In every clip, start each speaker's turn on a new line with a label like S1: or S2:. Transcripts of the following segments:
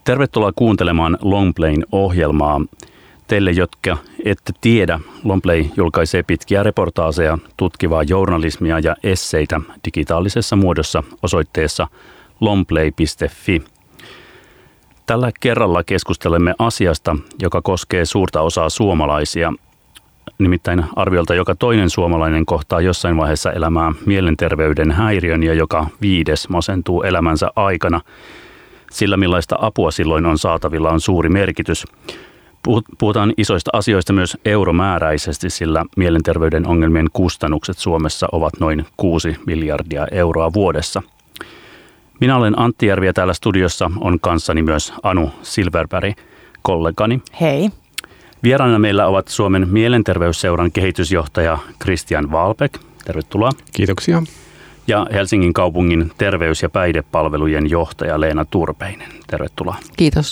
S1: Tervetuloa kuuntelemaan Longplayn ohjelmaa. Teille, jotka ette tiedä, Longplay julkaisee pitkiä reportaaseja, tutkivaa journalismia ja esseitä digitaalisessa muodossa osoitteessa longplay.fi. Tällä kerralla keskustelemme asiasta, joka koskee suurta osaa suomalaisia. Nimittäin arviolta joka toinen suomalainen kohtaa jossain vaiheessa elämää mielenterveyden häiriön ja joka 5. masentuu elämänsä aikana. Sillä millaista apua silloin on saatavilla on suuri merkitys. Puhutaan isoista asioista myös euromääräisesti, sillä mielenterveyden ongelmien kustannukset Suomessa ovat noin 6 miljardia euroa vuodessa. Minä olen Antti Järvi ja täällä studiossa on kanssani myös Anu Silverberg, kollegani.
S2: Hei.
S1: Vieraana meillä ovat Suomen mielenterveysseuran kehitysjohtaja Christian Wahlbeck. Tervetuloa.
S3: Kiitoksia.
S1: Ja Helsingin kaupungin terveys- ja päihdepalvelujen johtaja Leena Turpeinen. Tervetuloa.
S2: Kiitos.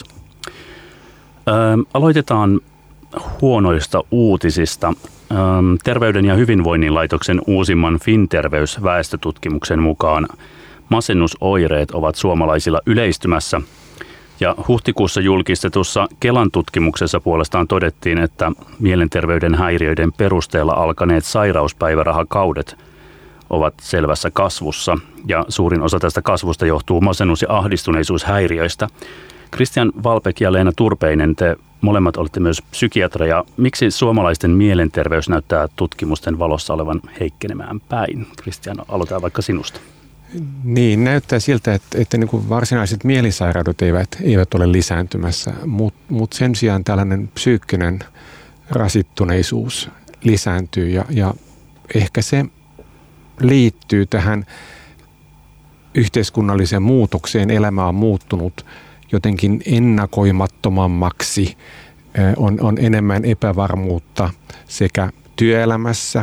S1: Aloitetaan huonoista uutisista. Terveyden ja hyvinvoinnin laitoksen uusimman FinTerveys-väestötutkimuksen mukaan masennusoireet ovat suomalaisilla yleistymässä. Ja huhtikuussa julkistetussa Kelan tutkimuksessa puolestaan todettiin, että mielenterveyden häiriöiden perusteella alkaneet sairauspäivärahakaudet ovat selvässä kasvussa. Ja suurin osa tästä kasvusta johtuu masennus- ja ahdistuneisuushäiriöistä. Christian Wahlbeck ja Leena Turpeinen, te molemmat olette myös psykiatreja. Miksi suomalaisten mielenterveys näyttää tutkimusten valossa olevan heikkenemään päin? Christian, aloitetaan vaikka sinusta.
S3: Niin, näyttää siltä, että niin kuin varsinaiset mielisairaudet eivät ole lisääntymässä, mutta sen sijaan tällainen psyykkinen rasittuneisuus lisääntyy ja ehkä se liittyy tähän yhteiskunnalliseen muutokseen. Elämä on muuttunut jotenkin ennakoimattomammaksi, on enemmän epävarmuutta sekä työelämässä,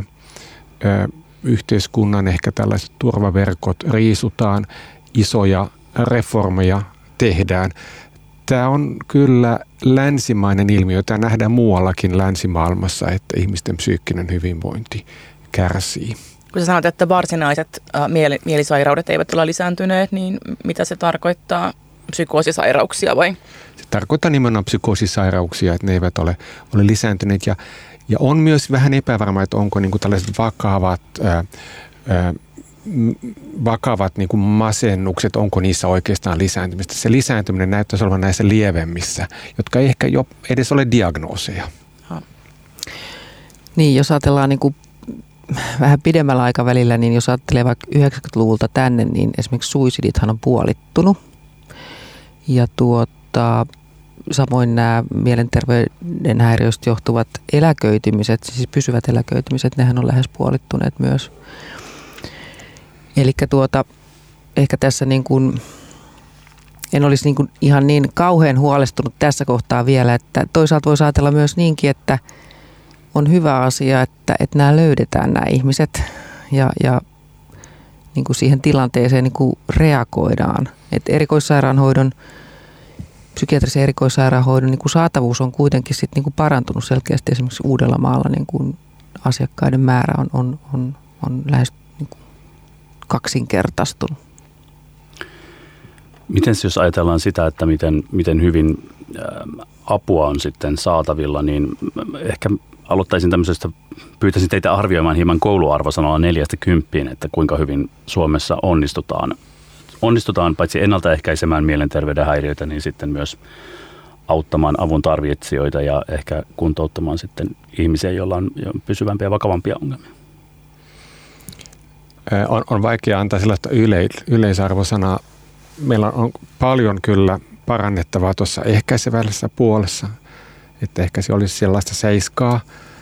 S3: yhteiskunnan ehkä tällaiset turvaverkot riisutaan, isoja reformeja tehdään. Tämä on kyllä länsimainen ilmiö. Tämä nähdään muuallakin länsimaailmassa, että ihmisten psyykkinen hyvinvointi kärsii.
S2: Kun sä sanot, että varsinaiset mielisairaudet eivät ole lisääntyneet, niin mitä se tarkoittaa? Psykoosisairauksia vai?
S3: Se tarkoittaa nimenomaan psykoosisairauksia, että ne eivät ole lisääntyneet. Ja on myös vähän epävarma, että onko niin kuin tällaiset vakavat niin kuin masennukset, onko niissä oikeastaan lisääntymistä. Se lisääntyminen näyttäisi olevan näissä lievemmissä, jotka ei ehkä jo edes ole diagnooseja.
S4: Niin, jos ajatellaan niin kuin vähän pidemmällä aikavälillä, niin jos ajattelee vaikka 90-luvulta tänne, niin esimerkiksi suicidithan on puolittunut. Ja samoin nämä mielenterveyden häiriöistä johtuvat eläköitymiset, siis pysyvät eläköitymiset, nehän on lähes puolittuneet myös. Eli ehkä tässä niin kuin, en olisi niin kuin ihan niin kauhean huolestunut tässä kohtaa vielä, että toisaalta voisi ajatella myös niinkin, että on hyvä asia, että nämä löydetään nämä ihmiset ja niin kuin siihen tilanteeseen niin kuin reagoidaan. Että psykiatrisen erikoissairaanhoidon niin kuin saatavuus on kuitenkin sit niin kuin parantunut selkeästi. Esimerkiksi Uudellamaalla niin kuin asiakkaiden määrä on lähes niin kuin kaksinkertaistunut.
S1: Miten jos ajatellaan sitä, että miten hyvin apua on sitten saatavilla, niin ehkä aloittaisin tämmöisestä, pyytäisin teitä arvioimaan hieman kouluarvosanalla 4–10, että kuinka hyvin Suomessa onnistutaan paitsi ennaltaehkäisemään mielenterveyden häiriöitä, niin sitten myös auttamaan avun tarvitsijoita ja ehkä kuntouttamaan sitten ihmisiä, joilla on pysyvämpiä ja vakavampia ongelmia.
S3: On vaikea antaa sellaista yleisarvosanaa. Meillä on paljon kyllä parannettavaa tuossa ehkäisevässä puolessa, että ehkä se olisi sellaista 7.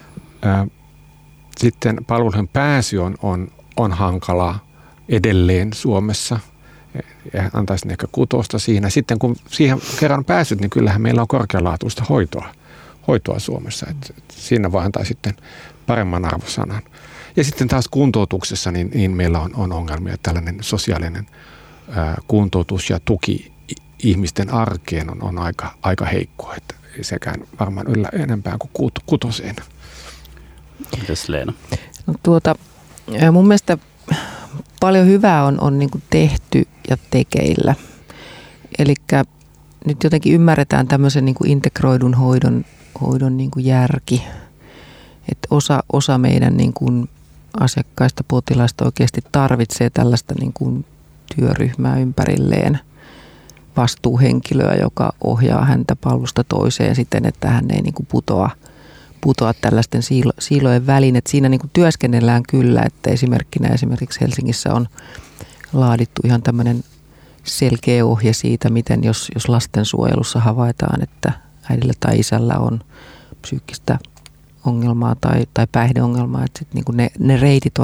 S3: Sitten palvelujen pääsy on hankalaa edelleen Suomessa. Ja antaisin ehkä 6 siinä. Sitten kun siihen kerran pääsyt, niin kyllähän meillä on korkealaatuista hoitoa Suomessa. Et siinä voi antaa sitten paremman arvosanan. Ja sitten taas kuntoutuksessa niin meillä on ongelmia. Tällainen sosiaalinen kuntoutus ja tuki ihmisten arkeen on aika heikkoa. Että ei sekään varmaan yllä enempää kuin 6.
S1: Mitäs Leena?
S4: No mun mielestä paljon hyvää on niin kuin tehty ja tekeillä. Elikkä nyt jotenkin ymmärretään tämmöisen niin kuin integroidun hoidon niin kuin järki. Että osa meidän niin kuin asiakkaista, potilaista oikeasti tarvitsee tällaista niin kuin työryhmää ympärilleen, vastuuhenkilöä, joka ohjaa häntä palvelusta toiseen siten, että hän ei niin kuin putoa tällaisten siilojen väliin. Että siinä niin kuin työskennellään kyllä, että esimerkiksi Helsingissä on laadittu ihan tämmöinen selkeä ohje siitä, miten jos lastensuojelussa havaitaan, että äidillä tai isällä on psyykkistä ongelmaa tai päihdeongelmaa, että sit niinku ne reitit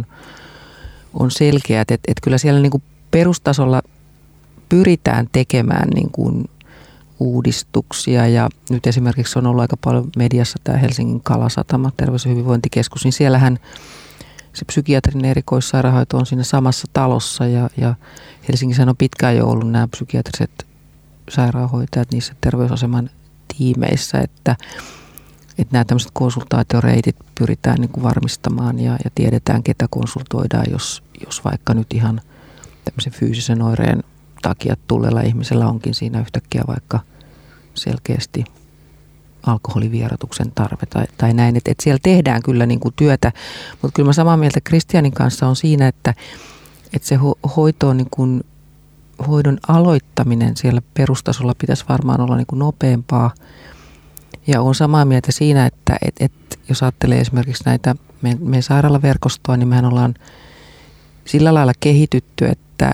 S4: on selkeät, että kyllä siellä niinku perustasolla pyritään tekemään niinku uudistuksia ja nyt esimerkiksi on ollut aika paljon mediassa tämä Helsingin Kalasatama, terveys- ja hyvinvointikeskus, niin siellähän se psykiatrinen erikoissairaanhoito on siinä samassa talossa ja Helsingissä on pitkään jo ollut nämä psykiatriset sairaanhoitajat niissä terveysaseman tiimeissä, että nämä tämmöiset konsultaatioreitit pyritään niin kuin varmistamaan ja tiedetään, ketä konsultoidaan, jos vaikka nyt ihan tämmöisen fyysisen oireen takia tulleella ihmisellä onkin siinä yhtäkkiä vaikka selkeästi alkoholivierotuksen tarve tai näin. Että siellä tehdään kyllä niin kuin työtä, mutta kyllä mä samaa mieltä Kristianin kanssa on siinä, että se hoito on niin kuin, hoidon aloittaminen siellä perustasolla pitäisi varmaan olla niin kuin nopeampaa. Ja on samaa mieltä siinä, että jos ajattelee esimerkiksi näitä meidän sairaalaverkostoa, niin mehän ollaan sillä lailla kehitytty, että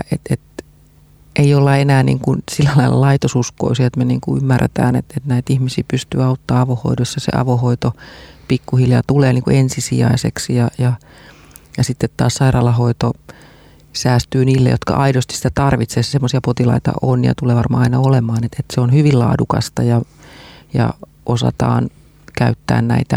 S4: ei olla enää niin kuin sillä lailla laitosuskoisia, että me niin kuin ymmärretään, että näitä ihmisiä pystyy auttamaan avohoidossa. Se avohoito pikkuhiljaa tulee niin kuin ensisijaiseksi ja sitten taas sairaalahoito säästyy niille, jotka aidosti sitä tarvitsee. Semmoisia potilaita on ja tulee varmaan aina olemaan, että se on hyvin laadukasta ja osataan käyttää näitä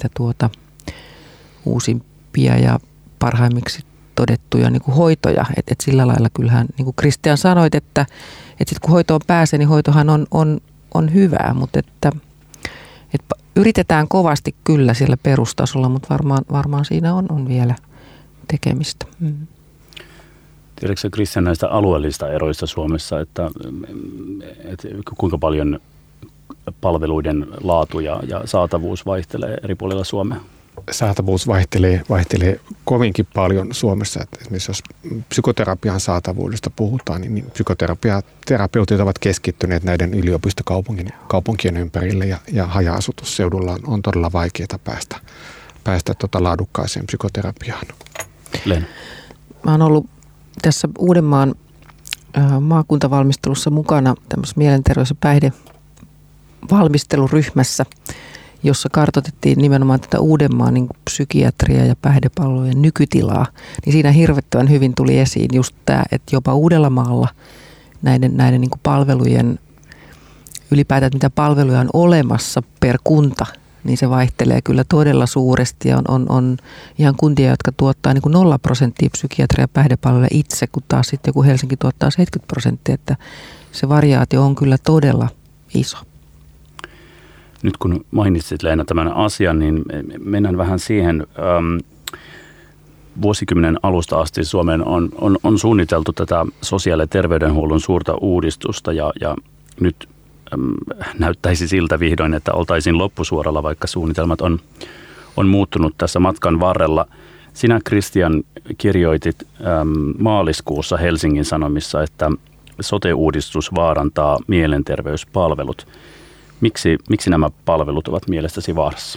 S4: uusimpia ja parhaimmiksi todettuja niin kuin hoitoja. Et sillä lailla kyllähän, niin kuin Kristian sanoit, että sit kun hoitoon pääsee, niin hoitohan on hyvää, mutta että yritetään kovasti kyllä siellä perustasolla, mutta varmaan siinä on vielä tekemistä.
S1: Tiedätkö Kristian näistä alueellista eroista Suomessa, että kuinka paljon palveluiden laatu ja saatavuus vaihtelee eri puolilla Suomea?
S3: Saatavuus vaihtelee kovinkin paljon Suomessa. Että esimerkiksi jos psykoterapian saatavuudesta puhutaan, niin psykoterapeutit ovat keskittyneet näiden yliopistokaupunkien ympärille ja haja-asutusseudulla on todella vaikeaa päästä laadukkaaseen psykoterapiaan.
S1: Leena.
S4: Mä oon ollut tässä Uudenmaan maakuntavalmistelussa mukana tämmöisessä mielenterveys- ja päihdevalmisteluryhmässä, jossa kartoitettiin nimenomaan tätä Uudenmaan niin psykiatria- ja päihdepalvelujen nykytilaa. Niin siinä hirvittävän hyvin tuli esiin just tämä, että jopa Uudellamaalla näiden niin kuin palvelujen, ylipäätään että mitä palveluja on olemassa per kunta, niin se vaihtelee kyllä todella suuresti ja on ihan kuntia, jotka tuottaa niin kuin 0% psykiatria- ja päihdepalveluja itse, kun taas sitten joku Helsinki tuottaa 70%, että se variaatio on kyllä todella iso.
S1: Nyt kun mainitsit Leena tämän asian, niin mennään vähän siihen. Vuosikymmenen alusta asti Suomeen on suunniteltu tätä sosiaali- ja terveydenhuollon suurta uudistusta ja nyt näyttäisi siltä vihdoin, että oltaisiin loppusuoralla, vaikka suunnitelmat on muuttunut tässä matkan varrella. Sinä, Kristian, kirjoitit maaliskuussa Helsingin Sanomissa, että sote-uudistus vaarantaa mielenterveyspalvelut. Miksi nämä palvelut ovat mielestäsi vaarassa?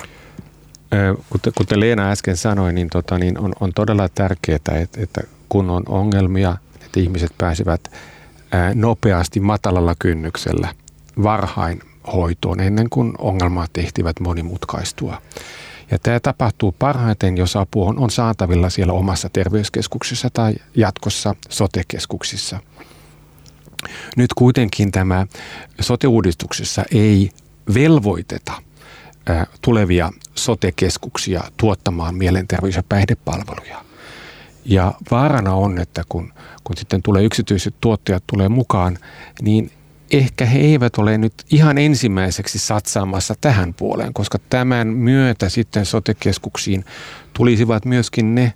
S3: Kuten Leena äsken sanoi, niin on todella tärkeää, että kun on ongelmia, että ihmiset pääsevät nopeasti matalalla kynnyksellä varhain hoitoon ennen kuin ongelmat ehtivät monimutkaistua. Ja tämä tapahtuu parhaiten, jos apu on saatavilla siellä omassa terveyskeskuksessa tai jatkossa sote-keskuksissa. Nyt kuitenkin tämä sote-uudistuksessa ei velvoiteta tulevia sote-keskuksia tuottamaan mielenterveys- ja päihdepalveluja. Ja vaarana on, että kun sitten tulee yksityiset tuottajat tulee mukaan, niin ehkä he eivät ole nyt ihan ensimmäiseksi satsaamassa tähän puoleen, koska tämän myötä sitten sote-keskuksiin tulisivat myöskin ne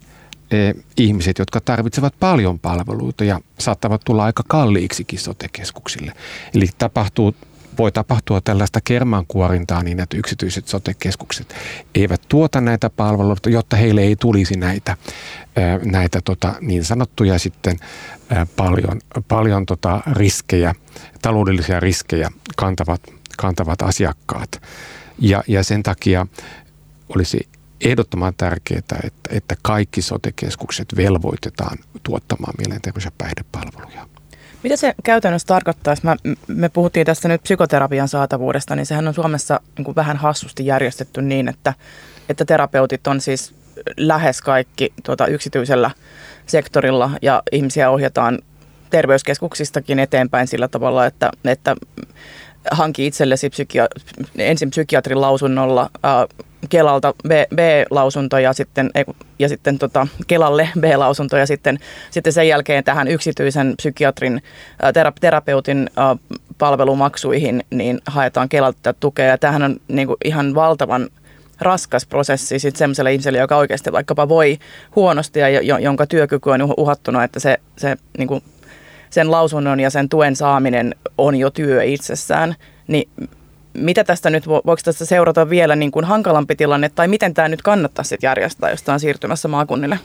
S3: ihmiset, jotka tarvitsevat paljon palveluita ja saattavat tulla aika kalliiksikin sote-keskuksille. Eli voi tapahtua tällaista kermankuorintaa niin, että yksityiset sote-keskukset eivät tuota näitä palveluita, jotta heille ei tulisi näitä niin sanottuja sitten paljon riskejä, taloudellisia riskejä kantavat asiakkaat. Ja sen takia olisi ehdottoman tärkeää, että kaikki sote-keskukset velvoitetaan tuottamaan mielenterveys- ja päihdepalveluja.
S2: Mitä se käytännössä tarkoittaa, jos me puhuttiin tässä nyt psykoterapian saatavuudesta, niin sehän on Suomessa niin kuin vähän hassusti järjestetty niin, että terapeutit on siis lähes kaikki yksityisellä sektorilla ja ihmisiä ohjataan terveyskeskuksistakin eteenpäin sillä tavalla, että hanki itsellesi ensin psykiatrin lausunnolla Kelalta B-lausunto ja sitten Kelalle B-lausunto ja sitten sen jälkeen tähän yksityisen psykiatrin terapeutin palvelumaksuihin niin haetaan Kelalta tukea. Ja tämähän on niin kuin ihan valtavan raskas prosessi sitten semmoiselle ihmiselle, joka oikeasti vaikkapa voi huonosti ja jonka työkyky on uhattuna, että se niin kuin sen lausunnon ja sen tuen saaminen on jo työ itsessään, niin mitä tästä nyt, voiko tästä seurata vielä niin kuin hankalampi tilanne, tai miten tämä nyt kannattaisi sitten järjestää, jos tämä on siirtymässä maakunnille?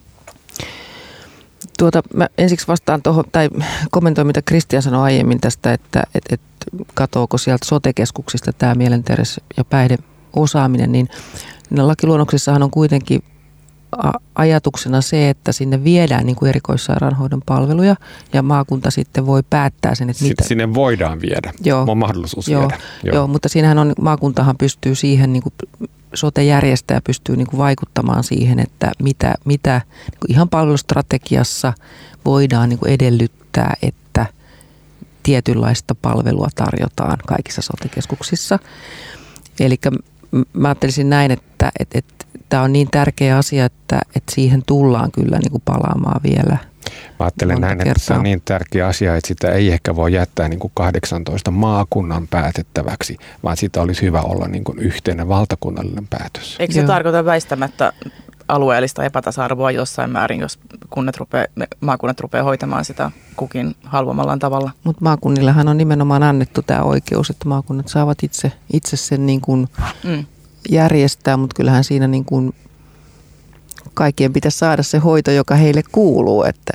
S4: Mä ensiksi vastaan tuohon, tai kommentoin, mitä Kristian sanoi aiemmin tästä, että katoako sieltä sote-keskuksista tämä mielenterveys- ja päihdeosaaminen, niin lakiluonnoksissahan on kuitenkin ajatuksena se, että sinne viedään niin kuin erikoissairaanhoidon palveluja ja maakunta sitten voi päättää sen, että mitä.
S3: Sinne voidaan viedä, on mahdollisuus viedä.
S4: Joo, mutta siinähän on, maakuntahan pystyy siihen, niin kuin sote-järjestäjä pystyy niin kuin vaikuttamaan siihen, että mitä niin kuin ihan palvelustrategiassa voidaan niin kuin edellyttää, että tietynlaista palvelua tarjotaan kaikissa sote-keskuksissa. Eli mä ajattelisin näin, että tämä on niin tärkeä asia, että siihen tullaan kyllä niin kuin palaamaan vielä.
S3: Mä ajattelen näin, että se on niin tärkeä asia, että sitä ei ehkä voi jättää niin kuin 18 maakunnan päätettäväksi, vaan sitä olisi hyvä olla niin kuin yhteinen valtakunnallinen päätös.
S2: Eikö se tarkoita väistämättä alueellista epätasa-arvoa jossain määrin, jos maakunnat rupeaa hoitamaan sitä kukin haluamallaan tavalla?
S4: Mutta maakunnillehan on nimenomaan annettu tämä oikeus, että maakunnat saavat itse sen niin kuin järjestää, mutta kyllähän siinä niin kuin kaikkien pitäisi saada se hoito, joka heille kuuluu, että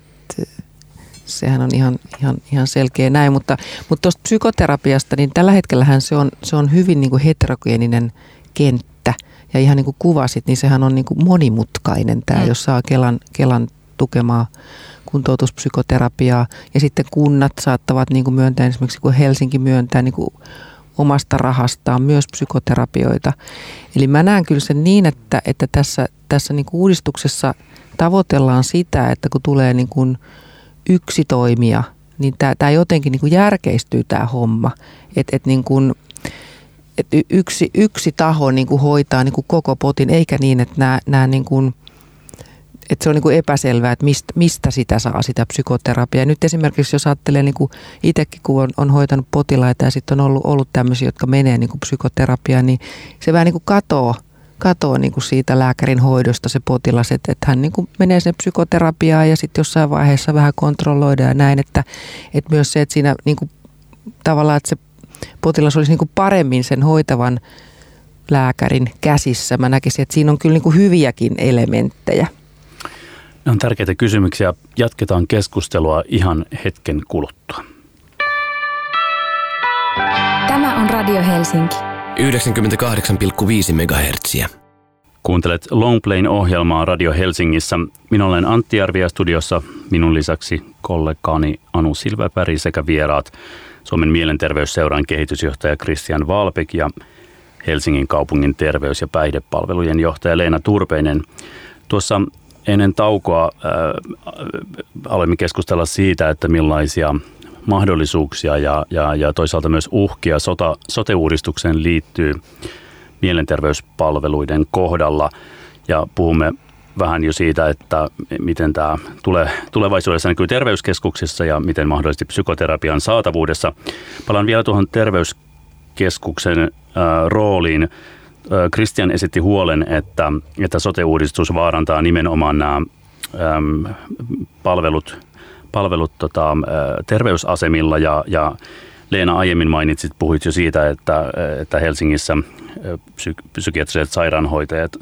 S4: sehän on ihan selkeä näin, mutta tuosta psykoterapiasta, niin tällä hetkellähän se on hyvin niin kuin heterogeeninen kenttä ja ihan niin kuin kuvasit, niin sehän on niin kuin monimutkainen tämä, jos saa Kelan tukemaa kuntoutuspsykoterapiaa ja sitten kunnat saattavat niin kuin myöntää, esimerkiksi kun Helsinki myöntää niin kuin omasta rahastaan myös psykoterapioita. Eli mä näen kyllä sen niin, että tässä niin kuin uudistuksessa tavoitellaan sitä, että kun tulee niin kuin yksi toimija, niin tämä jotenkin niin kuin järkeistyy tämä homma. Että niin kuin, että yksi taho niin kuin hoitaa niin kuin koko potin, eikä niin, että nämä niin kuin, että se on niin kuin epäselvää, että mistä sitä saa sitä psykoterapiaa. Nyt esimerkiksi jos ajattelee niin kuin itsekin, kun on hoitanut potilaita ja sitten on ollut tämmöisiä, jotka menee niin kuin psykoterapiaan, niin se vähän niin kuin katoo niin kuin siitä lääkärin hoidosta se potilas, että hän niin kuin menee sen psykoterapiaan ja sitten jossain vaiheessa vähän kontrolloidaan ja näin, että myös se, että siinä niin kuin tavallaan, että se potilas olisi niin kuin paremmin sen hoitavan lääkärin käsissä. Mä näkisin, että siinä on kyllä niin kuin hyviäkin elementtejä.
S1: Ne on tärkeitä kysymyksiä. Jatketaan keskustelua ihan hetken kuluttua.
S5: Tämä on Radio Helsinki.
S6: 98,5 MHz.
S1: Kuuntelet Longplayn ohjelmaa Radio Helsingissä. Minä olen Antti Järviä studiossa. Minun lisäksi kollegaani Anu Silväpäri sekä vieraat Suomen mielenterveysseuran kehitysjohtaja Kristian Wahlbeck ja Helsingin kaupungin terveys- ja päihdepalvelujen johtaja Leena Turpeinen. Tuossa ennen taukoa aloimme keskustella siitä, että millaisia mahdollisuuksia ja toisaalta myös uhkia sote-uudistukseen liittyy mielenterveyspalveluiden kohdalla. Ja puhumme vähän jo siitä, että miten tämä tulevaisuudessa näkyy terveyskeskuksissa ja miten mahdollisesti psykoterapian saatavuudessa. Palaan vielä tuohon terveyskeskuksen rooliin. Christian esitti huolen, että sote-uudistus vaarantaa nimenomaan nämä palvelut terveysasemilla ja Leena aiemmin puhuit jo siitä, että Helsingissä psykiatriset sairaanhoitajat,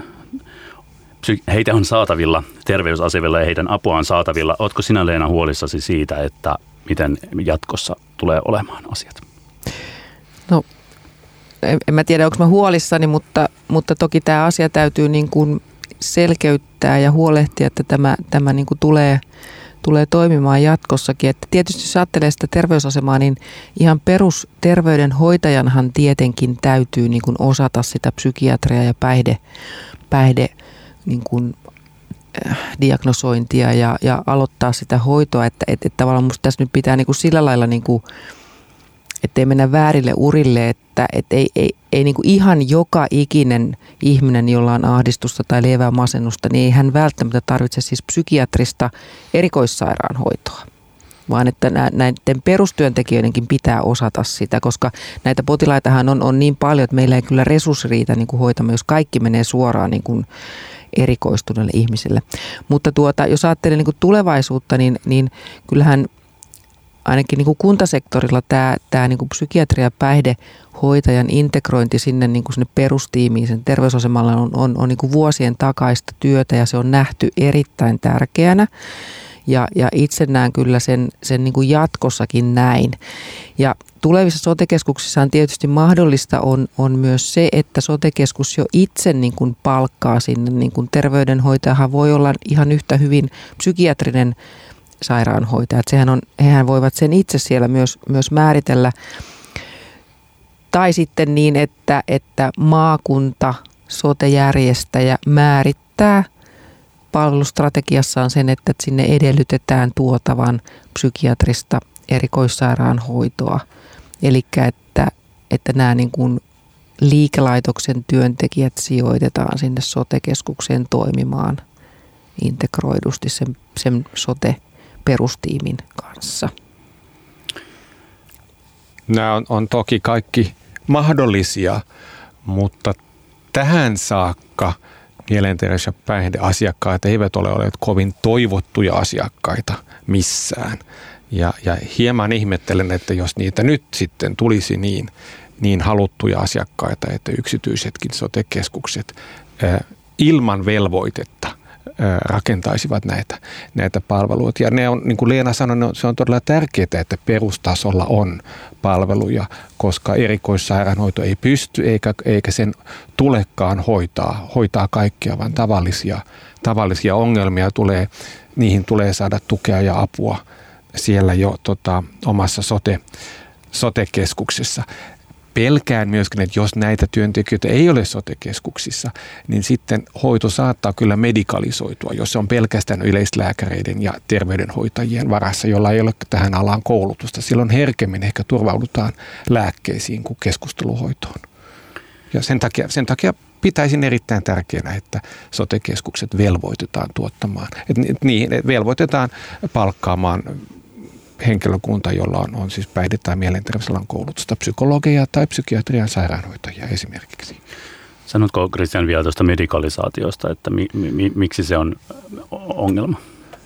S1: heitä on saatavilla terveysasemilla ja heidän apua on saatavilla. Ootko sinä, Leena, huolissasi siitä, että miten jatkossa tulee olemaan asiat?
S4: No, en mä tiedä, onko mä huolissani, mutta toki tämä asia täytyy niin kuin selkeyttää ja huolehtia, että tämä niin kuin tulee toimimaan jatkossakin. Että tietysti jos ajattelee sitä terveysasemaa, niin ihan perusterveydenhoitajanhan tietenkin täytyy niin kuin osata sitä psykiatria ja päihde niin kuin diagnosointia ja aloittaa sitä hoitoa, että tavallaan musta tässä nyt pitää niin kuin sillä lailla, niin kuin, ettei mennä väärille urille, että ei niin kuin ihan joka ikinen ihminen, jolla on ahdistusta tai lievää masennusta, niin ei hän välttämättä tarvitse siis psykiatrista erikoissairaanhoitoa, vaan että näiden perustyöntekijöidenkin pitää osata sitä, koska näitä potilaitahan on niin paljon, että meillä ei kyllä resurssi riitä niin kuin hoitamaan, jos kaikki menee suoraan niin kuin erikoistuneille ihmisille. Mutta jos ajattelee niin kuin tulevaisuutta, niin kyllähän ainakin niin kuin kuntasektorilla tämä niin kuin psykiatria- ja päihdehoitajan integrointi sinne, niin kuin sinne perustiimiin, sen terveysasemalla on niin kuin vuosien takaista työtä ja se on nähty erittäin tärkeänä. Ja itse näen kyllä sen niin kuin jatkossakin näin. Ja tulevissa sote-keskuksissa on tietysti mahdollista on myös se, että sote-keskus jo itse niin kuin palkkaa sinne. Niin kuin terveydenhoitajahan voi olla ihan yhtä hyvin psykiatrinen sairaanhoitaja. Hehän voivat sen itse siellä myös määritellä. Tai sitten niin, että maakunta, sote-järjestäjä määrittää palvelustrategiassaan sen, että sinne edellytetään tuotavan psykiatrista erikoissairaanhoitoa. Eli että nämä niin kuin liikelaitoksen työntekijät sijoitetaan sinne sote-keskukseen toimimaan integroidusti sen sote-perustiimin kanssa.
S3: Nämä on toki kaikki mahdollisia, mutta tähän saakka mielenterveys- ja päihdeasiakkaat eivät ole olleet kovin toivottuja asiakkaita missään. Ja hieman ihmettelen, että jos niitä nyt sitten tulisi niin haluttuja asiakkaita, että yksityisetkin sote-keskukset ilman velvoitetta rakentaisivat näitä palveluita. Ja ne on, niin kuin Leena sanoi, se on todella tärkeää, että perustasolla on palveluja, koska erikoissairaanhoito ei pysty eikä sen tulekaan hoitaa kaikkia, vaan tavallisia ongelmia niihin tulee saada tukea ja apua siellä jo omassa sote-keskuksessa. Pelkään myöskin, että jos näitä työntekijöitä ei ole sote-keskuksissa, niin sitten hoito saattaa kyllä medikalisoitua, jos se on pelkästään yleislääkäreiden ja terveydenhoitajien varassa, jolla ei ole tähän alaan koulutusta. Silloin herkemmin ehkä turvaudutaan lääkkeisiin kuin keskusteluhoitoon. Ja sen takia pitäisin erittäin tärkeänä, että sote-keskukset velvoitetaan tuottamaan, että velvoitetaan palkkaamaan henkilökunta, jolla on siis päihde- tai mielenterveysalan koulutusta, psykologeja tai psykiatrian sairaanhoitajia esimerkiksi.
S1: Sanotko, Christian, vielä tuosta medikalisaatiosta, että miksi se on ongelma?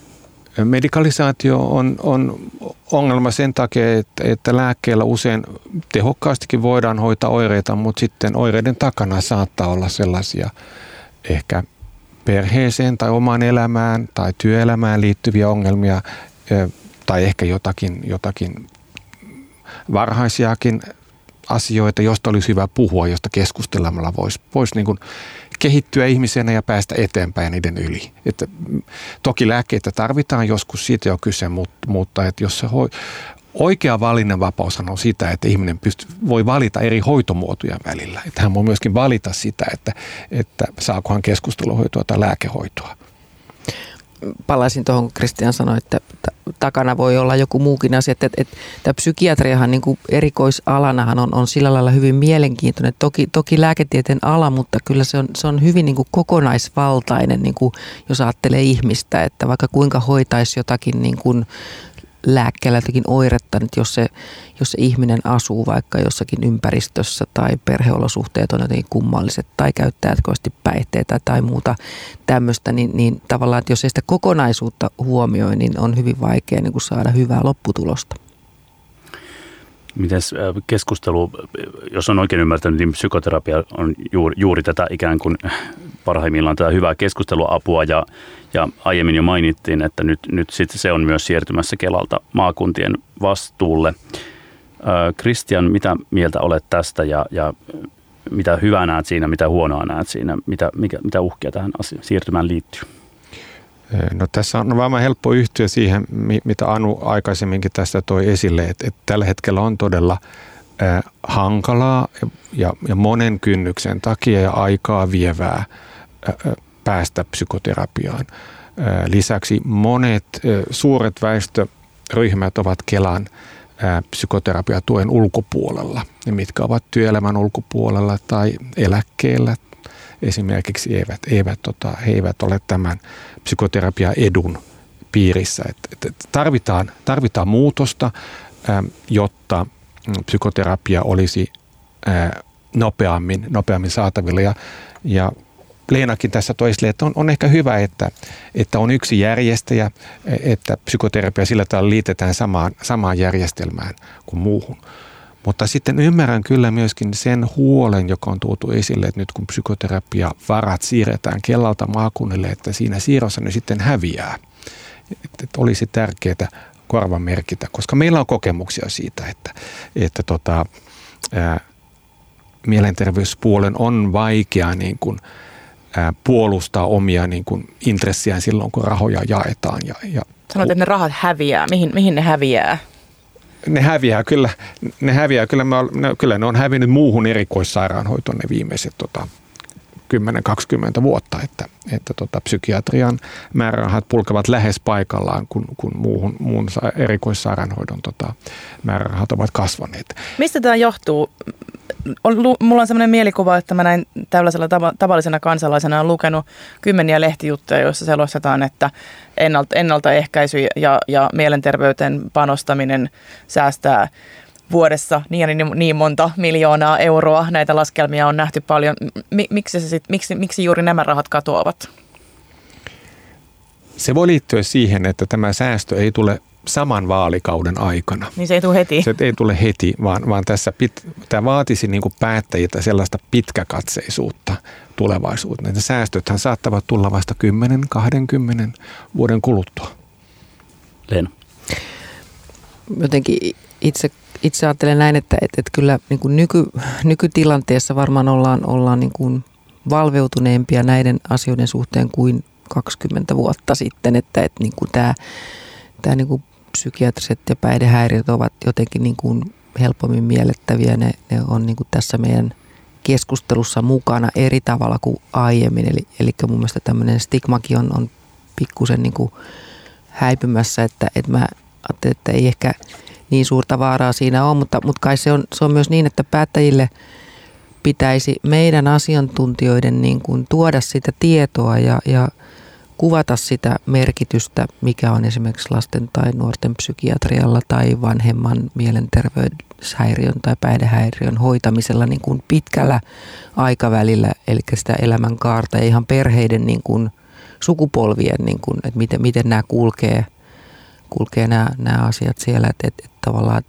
S3: Medikalisaatio on ongelma sen takia, että lääkkeellä usein tehokkaastikin voidaan hoitaa oireita, mutta sitten oireiden takana saattaa olla sellaisia ehkä perheeseen tai omaan elämään tai työelämään liittyviä ongelmia, tai ehkä jotakin varhaisiakin asioita, josta olisi hyvä puhua, josta keskustelemalla voisi niin kuin kehittyä ihmisenä ja päästä eteenpäin niiden yli. Että toki lääkkeitä tarvitaan joskus, siitä on kyse, mutta että jos se oikea valinnanvapaus on sitä, että ihminen voi valita eri hoitomuotojen välillä. Että hän voi myöskin valita sitä, että saako hän keskusteluhoitoa tai lääkehoitoa.
S4: Palaisin tuohon, kun Christian sanoi, että takana voi olla joku muukin asia. Että tämä psykiatriahan niin kuin erikoisalanahan on sillä lailla hyvin mielenkiintoinen. Toki lääketieteen ala, mutta kyllä se on hyvin niin kuin kokonaisvaltainen, niin kuin jos ajattelee ihmistä, että vaikka kuinka hoitaisi jotakin niin kuin lääkkeellä jotenkin oiretta, että jos se ihminen asuu vaikka jossakin ympäristössä tai perheolosuhteet on jotenkin kummalliset tai käyttää jatkuvasti päihteitä tai muuta tämmöistä, niin tavallaan, että jos ei sitä kokonaisuutta huomioi, niin on hyvin vaikea niin kuin saada hyvää lopputulosta.
S1: Miten keskustelu, jos on oikein ymmärtänyt, niin psykoterapia on juuri tätä ikään kuin parhaimmillaan tätä hyvää keskusteluapua ja aiemmin jo mainittiin, että nyt sitten se on myös siirtymässä Kelalta maakuntien vastuulle. Kristian, mitä mieltä olet tästä ja mitä hyvää näet siinä, mitä huonoa näet siinä, mitä uhkia tähän siirtymään liittyy?
S3: No tässä on varmaan helppo yhtyä siihen, mitä Anu aikaisemminkin tästä toi esille, että tällä hetkellä on todella hankalaa ja monen kynnyksen takia ja aikaa vievää päästä psykoterapiaan. Lisäksi monet suuret väestöryhmät ovat Kelan psykoterapiatuen ulkopuolella, mitkä ovat työelämän ulkopuolella tai eläkkeellä. Esimerkiksi he eivät ole tämän psykoterapiaedun piirissä. Tarvitaan muutosta, jotta psykoterapia olisi nopeammin saatavilla. Ja Leenakin tässä toi esille, että on ehkä hyvä, että on yksi järjestäjä, että psykoterapia sillä tavalla liitetään samaan järjestelmään kuin muuhun. Mutta sitten ymmärrän kyllä myöskin sen huolen, joka on tuotu esille, että nyt kun psykoterapiavarat siirretään Kelalta maakunnille, että siinä siirrossa ne sitten häviää. Että olisi tärkeää korvamerkitä, koska meillä on kokemuksia siitä, että mielenterveyspuolen on vaikea niin kuin, puolustaa omia niin kuin, intressiään silloin, kun rahoja jaetaan.
S2: Sanoit, että ne rahat häviää. Mihin ne häviää?
S3: Ne häviää kyllä. Kyllä ne on hävinnyt muuhun erikoissairaanhoitoon ne viimeiset 10-20 vuotta, että psykiatrian määrärahat pulkevat lähes paikallaan, kun muun erikoissairaanhoidon määrärahat ovat kasvaneet.
S2: Mistä tämä johtuu? Mulla on sellainen mielikuva, että mä näin tällaisella tavallisena kansalaisena olen lukenut kymmeniä lehtijuttuja, joissa selostetaan, että ennaltaehkäisy ja mielenterveyteen panostaminen säästää vuodessa niin monta miljoonaa euroa. Näitä laskelmia on nähty paljon. Miksi juuri nämä rahat katoavat?
S3: Se voi liittyä siihen, että tämä säästö ei tule saman vaalikauden aikana.
S2: Niin se ei tule heti.
S3: Se ei tule heti, vaan tämä vaatisi niin kuin päättäjiltä sellaista pitkäkatseisuutta tulevaisuuteen. Näitä säästöthän saattavat tulla vasta 10-20 vuoden kuluttua.
S1: Leena.
S4: Jotenkin itse ajattelen näin, että kyllä niin kuin nykytilanteessa varmaan ollaan niin kuin valveutuneempia näiden asioiden suhteen kuin 20 vuotta sitten, että niin kuin tämä niin kuin psykiatriset ja päihdehäiriöt ovat jotenkin niin kuin helpommin miellettäviä. Ne on niin kuin tässä meidän keskustelussa mukana eri tavalla kuin aiemmin. Eli mun mielestä tämmöinen stigmakin on pikkusen niin kuin häipymässä, että mä ajattelin, että ei ehkä niin suurta vaaraa siinä ole, mutta kai se on myös niin, että päättäjille pitäisi meidän asiantuntijoiden niin kuin tuoda sitä tietoa ja kuvata sitä merkitystä, mikä on esimerkiksi lasten tai nuorten psykiatrialla tai vanhemman mielenterveyshäiriön tai päihdehäiriön hoitamisella niin kuin pitkällä aikavälillä, eli sitä elämänkaarta ja ihan perheiden niin kuin sukupolvien, niin kuin, että miten nämä kulkee nämä asiat siellä, että tavallaan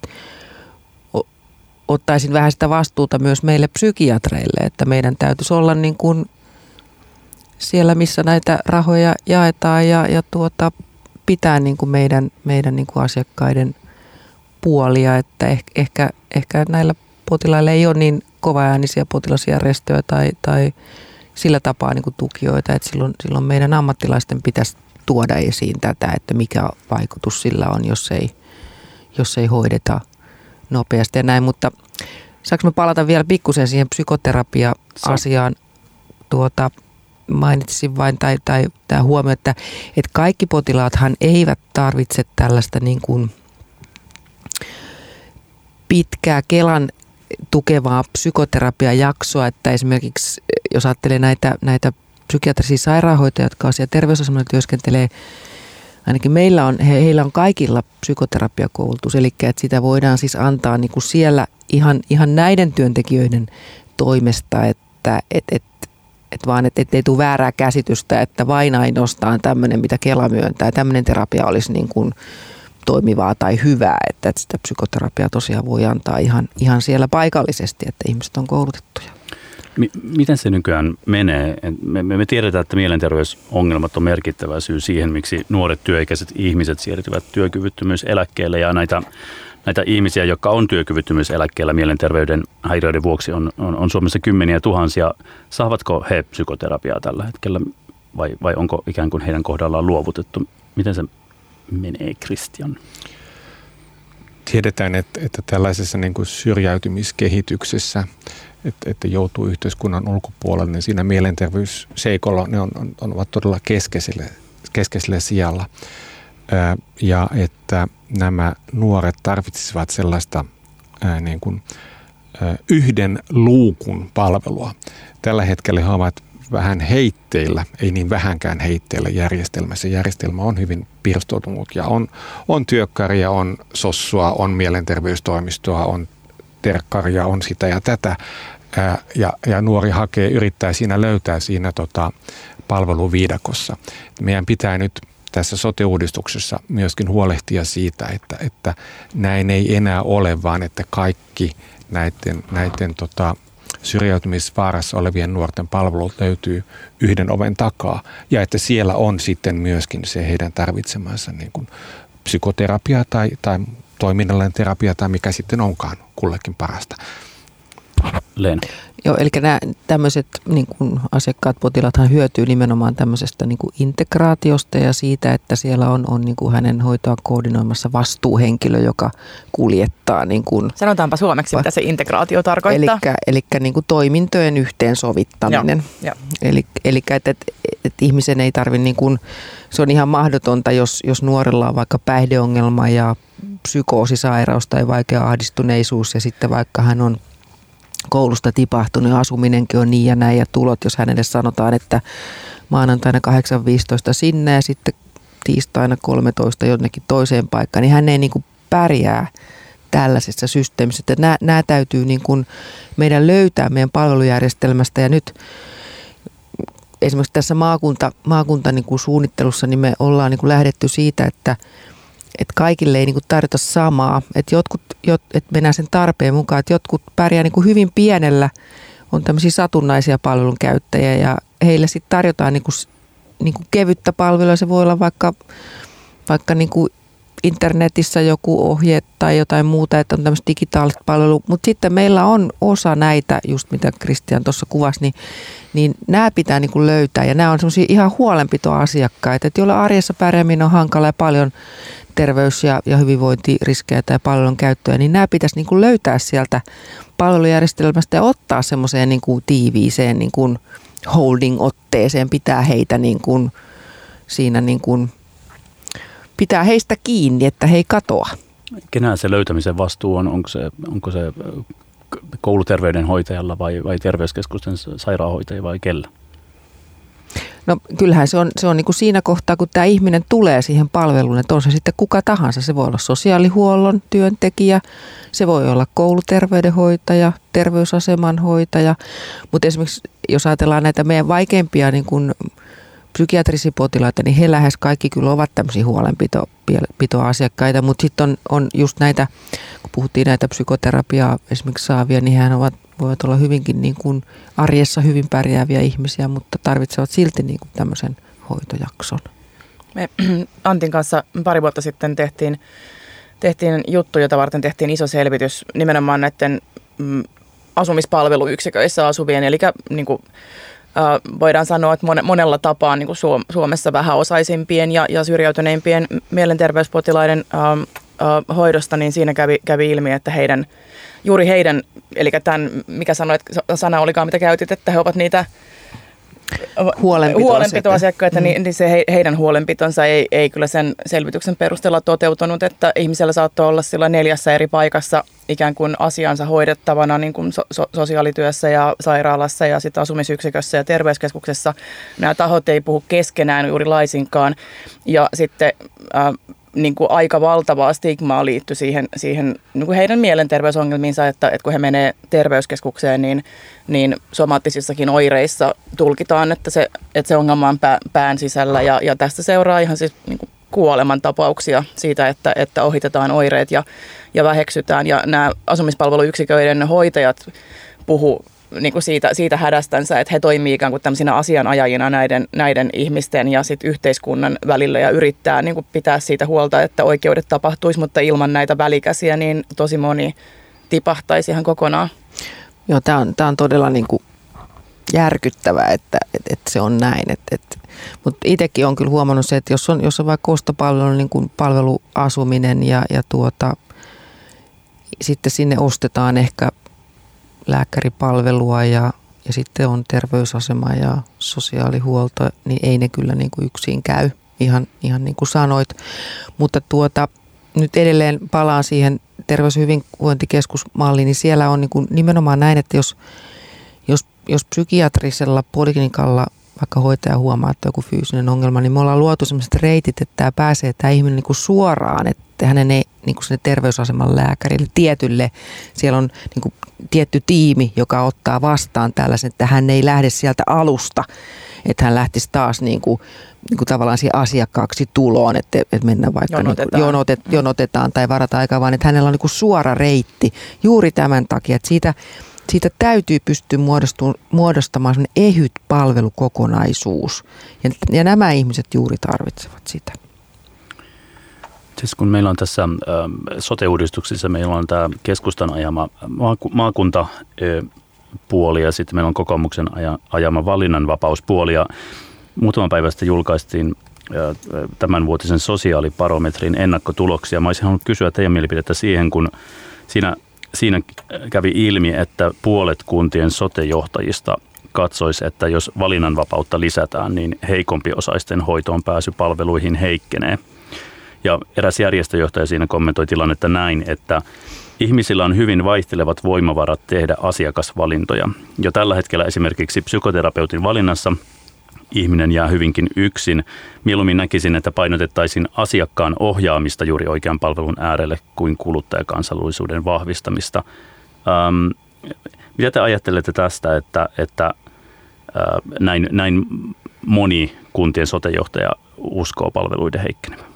S4: ottaisin vähän sitä vastuuta myös meille psykiatreille, että meidän täytyisi olla niin kuin siellä, missä näitä rahoja jaetaan ja pitää niin kuin meidän niin kuin asiakkaiden puolia, että ehkä näillä potilailla ei ole niin kovaäänisiä potilasjärjestöjä tai sillä tapaa niin kuin tukijoita, että silloin meidän ammattilaisten pitäisi tuoda esiin tätä, että mikä vaikutus sillä on, jos ei hoideta nopeasti ja näin, mutta saanko mä palata vielä pikkusen siihen psykoterapia-asiaan? Mainitsin vain tai tämä huomio, että kaikki potilaathan eivät tarvitse tällaista niin kuin pitkää Kelan tukevaa psykoterapiajaksoa, että esimerkiksi jos ajattelee näitä psykiatrisia sairaanhoitajia, jotka on siellä terveysasemalla työskentelee ainakin heillä on kaikilla psykoterapiakoulutus, eli että sitä voidaan siis antaa niin kuin siellä ihan näiden työntekijöiden toimesta, että vaan ettei tule väärää käsitystä, että vain ainoastaan tämmöinen, mitä Kela myöntää, tämmöinen terapia olisi niin kuin toimivaa tai hyvää, että sitä psykoterapiaa tosiaan voi antaa ihan siellä paikallisesti, että ihmiset on koulutettuja.
S1: Miten se nykyään menee? Me tiedetään, että mielenterveysongelmat on merkittävä syy siihen, miksi nuoret työikäiset ihmiset siirtyvät työkyvyttömyyseläkkeelle ja näitä ihmisiä, jotka on työkyvyttömyyseläkkeellä mielenterveyden häiriöiden vuoksi on Suomessa kymmeniä tuhansia. Saavatko he psykoterapiaa tällä hetkellä vai onko ikään kuin heidän kohdallaan luovutettu? Miten se menee, Christian?
S3: Tiedetään, että tällaisessa niin kuin syrjäytymiskehityksessä, että joutuu yhteiskunnan ulkopuolelle, niin siinä mielenterveysseikolla ne ovat todella keskeisellä sijalla. Ja että nämä nuoret tarvitsisivat sellaista niin kuin, yhden luukun palvelua. Tällä hetkellä he ovat vähän heitteillä, ei niin vähänkään heitteillä järjestelmässä. Järjestelmä on hyvin pirstoutunut ja on työkkaria, on sossua, on mielenterveystoimistoa, on terkkaria, on sitä ja tätä. Ja nuori yrittää siinä löytää siinä palveluviidakossa. Meidän pitää nyt tässä sote-uudistuksessa myöskin huolehtia siitä, että näin ei enää ole, vaan että kaikki näiden syrjäytymisvaarassa olevien nuorten palvelut löytyy yhden oven takaa ja että siellä on sitten myöskin se heidän tarvitsemansa niin kuin psykoterapia tai toiminnallinen terapia tai mikä sitten onkaan kullekin parasta.
S1: Leena.
S4: Joo, eli nämä tämmöiset niin kuin asiakkaat, potilaathan hyötyy nimenomaan tämmöisestä niin kuin integraatiosta ja siitä, että siellä on niin kuin hänen hoitoa koordinoimassa vastuuhenkilö, joka kuljettaa. Niin kuin,
S2: sanotaanpa suomeksi, mitä se integraatio tarkoittaa.
S4: Eli niin kuin toimintojen yhteensovittaminen. Eli että ihmisen ei tarvitse, niin kuin, se on ihan mahdotonta, jos nuorella on vaikka päihdeongelma ja psykoosisairaus tai vaikea ahdistuneisuus ja sitten vaikka hän on koulusta tipahtunut ja asuminenkin on niin ja näin ja tulot, jos hänelle sanotaan, että maanantaina 8.15 sinne ja sitten tiistaina 13 jonnekin toiseen paikkaan, niin hän ei niin kuin pärjää tällaisessa systeemissä. Että nämä täytyy niin kuin meidän löytää meidän palvelujärjestelmästä ja nyt esimerkiksi tässä maakunta niin kuin suunnittelussa niin me ollaan niin kuin lähdetty siitä, että kaikille ei niin kuin tarjota samaa, että että mennään sen tarpeen mukaan, että jotkut pärjää niin kuin hyvin pienellä, on tämmöisiä satunnaisia palvelun käyttäjiä ja heille sitten tarjotaan niin kuin kevyttä palvelua, se voi olla vaikka niin kuin internetissä joku ohje tai jotain muuta, että on tämmöistä digitaalista palvelua, mutta sitten meillä on osa näitä, just mitä Christian tuossa kuvasi, niin nämä pitää niin kuin löytää ja nämä on semmoisia ihan huolenpitoasiakkaita, että joilla arjessa pärjääminen on hankala ja paljon terveys- ja hyvinvointiriskejä tai palvelun käyttöä, niin nämä pitäisi niin kuin löytää sieltä palvelujärjestelmästä ja ottaa semmoiseen niin kuin tiiviiseen niin kuin holding-otteeseen, pitää heitä niin kuin siinä niin kuin, pitää heistä kiinni, että he ei katoa.
S1: Kenellä se löytämisen vastuu on? Onko se kouluterveydenhoitajalla vai terveyskeskusten sairaanhoitajia vai kellä?
S4: No kyllähän se on niin kuin siinä kohtaa, kun tämä ihminen tulee siihen palveluun, että on se sitten kuka tahansa. Se voi olla sosiaalihuollon työntekijä, se voi olla kouluterveydenhoitaja, terveysaseman hoitaja. Mutta esimerkiksi jos ajatellaan näitä meidän vaikeimpia niin kuin psykiatrisia potilaita, niin he lähes kaikki kyllä ovat tämmöisiä huolenpitoasiakkaita, mutta sitten on just näitä, kun puhuttiin näitä psykoterapiaa esimerkiksi saavia, niin hän voivat olla hyvinkin niin kuin arjessa hyvin pärjääviä ihmisiä, mutta tarvitsevat silti niin kuin tämmöisen hoitojakson.
S2: Me Antin kanssa pari vuotta sitten tehtiin juttu, jota varten tehtiin iso selvitys nimenomaan näiden asumispalveluyksiköissä asuvien, eli niin kuin voidaan sanoa, että monella tapaa niin kuin Suomessa vähäosaisimpien ja syrjäytyneimpien mielenterveyspotilaiden hoidosta, niin siinä kävi ilmi, että juuri heidän, eli tämän, mikä sanoit, sana olikaan mitä käytit, että he ovat niitä huolenpitoasiakkaita, niin se heidän huolenpitonsa ei kyllä sen selvityksen perusteella toteutunut, että ihmisellä saattoi olla sillä 4 eri paikassa ikään kuin asiansa hoidettavana niin kuin sosiaalityössä ja sairaalassa ja sitten asumisyksikössä ja terveyskeskuksessa. Nämä tahot ei puhu keskenään juuri laisinkaan ja sitten niin kuin aika valtavaa stigmaa liittyy siihen niin kuin heidän mielenterveysongelmiinsa, että kun he menee terveyskeskukseen, niin somaattisissakin oireissa tulkitaan, että se ongelma on pään sisällä ja tästä seuraa ihan siis niin kuin kuolemantapauksia siitä, että ohitetaan oireet ja väheksytään. Ja nämä asumispalveluyksiköiden hoitajat puhuu niin kuin siitä hädästänsä, että he toimii ikään kuin tämmöisinä asianajajina näiden ihmisten ja sit yhteiskunnan välillä ja yrittää niin kuin pitää siitä huolta, että oikeudet tapahtuisi, mutta ilman näitä välikäsiä niin tosi moni tipahtaisi ihan kokonaan.
S4: Joo, tämä on todella niin kuin järkyttävää, että se on näin. Mutta itsekin olen kyllä huomannut se, että jos on vaikka ostopalvelu, niin kuin palveluasuminen ja sitten sinne ostetaan ehkä lääkäripalvelua ja sitten on terveysasema ja sosiaalihuolto, niin ei ne kyllä niin kuin yksin käy, ihan niin kuin sanoit. Mutta nyt edelleen palaan siihen terveys- ja hyvinvointikeskusmalliin, niin siellä on niin kuin nimenomaan näin, että jos psykiatrisella poliklinikalla vaikka hoitaja huomaa, että joku fyysinen ongelma, niin me ollaan luotu sellaiset reitit, että tämä ihminen niin kuin suoraan, että hänen ei niin kuin sinne terveysaseman lääkärille tietylle, siellä on niin kuin tietty tiimi, joka ottaa vastaan tällaisen, että hän ei lähde sieltä alusta, että hän lähtisi taas niin kuin tavallaan siihen asiakkaaksi tuloon, että mennään vaikka jonotetaan tai varataan aikaa, vaan että hänellä on niin kuin suora reitti juuri tämän takia, että siitä täytyy pystyä muodostamaan sellainen ehyt palvelukokonaisuus. Ja nämä ihmiset juuri tarvitsevat sitä.
S1: Siis kun meillä on tässä sote-uudistuksissa, meillä on tämä keskustan ajama maakuntapuoli ja sitten meillä on kokoomuksen ajama valinnanvapauspuoli. Ja muutama päivä sitten julkaistiin tämänvuotisen sosiaalibarometrin ennakkotuloksia. Mä olisin halunnut kysyä teidän mielipidettä siihen, kun siinä kävi ilmi, että puolet kuntien sote-johtajista katsoisi, että jos valinnanvapautta lisätään, niin heikompiosaisten hoitoon pääsy palveluihin heikkenee. Ja eräs järjestöjohtaja siinä kommentoi tilannetta näin, että ihmisillä on hyvin vaihtelevat voimavarat tehdä asiakasvalintoja. Jo tällä hetkellä esimerkiksi psykoterapeutin valinnassa ihminen jää hyvinkin yksin. Mieluummin näkisin, että painotettaisiin asiakkaan ohjaamista juuri oikean palvelun äärelle kuin kuluttajakansallisuuden vahvistamista. Mitä te ajattelette tästä, että näin moni kuntien sote-johtaja uskoo palveluiden heikkenevän?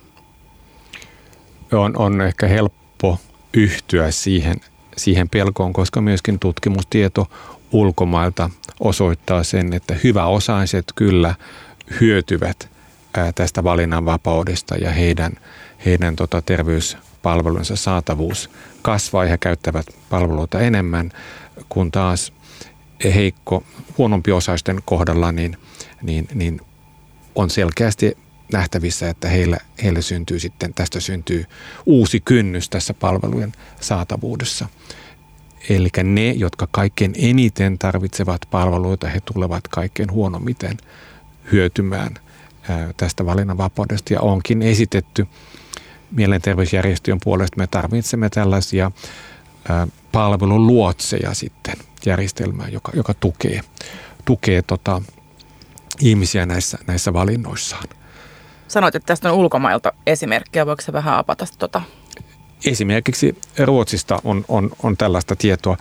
S3: On ehkä helppo yhtyä siihen pelkoon, koska myöskin tutkimustieto ulkomailta osoittaa sen, että hyväosaiset kyllä hyötyvät tästä valinnanvapaudesta ja heidän terveyspalvelunsa saatavuus kasvaa ja he käyttävät palveluita enemmän, kun taas huonompiosaisten kohdalla niin on selkeästi nähtävissä, että tästä syntyy uusi kynnys tässä palvelujen saatavuudessa. Eli ne, jotka kaikkein eniten tarvitsevat palveluita, he tulevat kaikkein huonommiten hyötymään tästä valinnanvapaudesta. Ja onkin esitetty mielenterveysjärjestöjen puolesta, me tarvitsemme tällaisia palveluluotseja sitten järjestelmää, joka tukee ihmisiä näissä valinnoissaan.
S2: Sanoit, että tästä on ulkomailta esimerkkejä. Voiko se vähän apata
S3: Esimerkiksi Ruotsista on tällaista tietoa.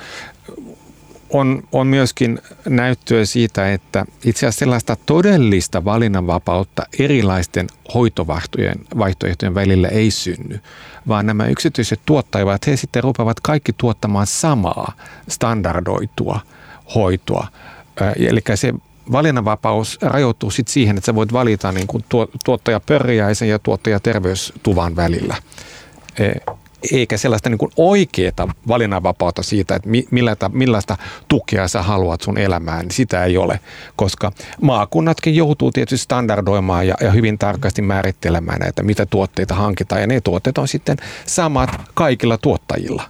S3: On myöskin näyttöä siitä, että itse asiassa sellaista todellista valinnanvapautta erilaisten hoitovaihtoehtojen välillä ei synny, vaan nämä yksityiset tuottajat, he sitten rupeavat kaikki tuottamaan samaa standardoitua hoitoa. Eli se valinnanvapaus rajoittuu sitten siihen, että sä voit valita niin kuin tuottaja Pörjäisen ja tuottaja Terveystuvan välillä. Eikä sellaista niin kuin oikeaa valinnanvapautta siitä, että millaista tukea sä haluat sun elämään, niin sitä ei ole, koska maakunnatkin joutuu tietysti standardoimaan ja hyvin tarkasti määrittelemään, että mitä tuotteita hankitaan, ja ne tuotteet on sitten samat kaikilla tuottajilla.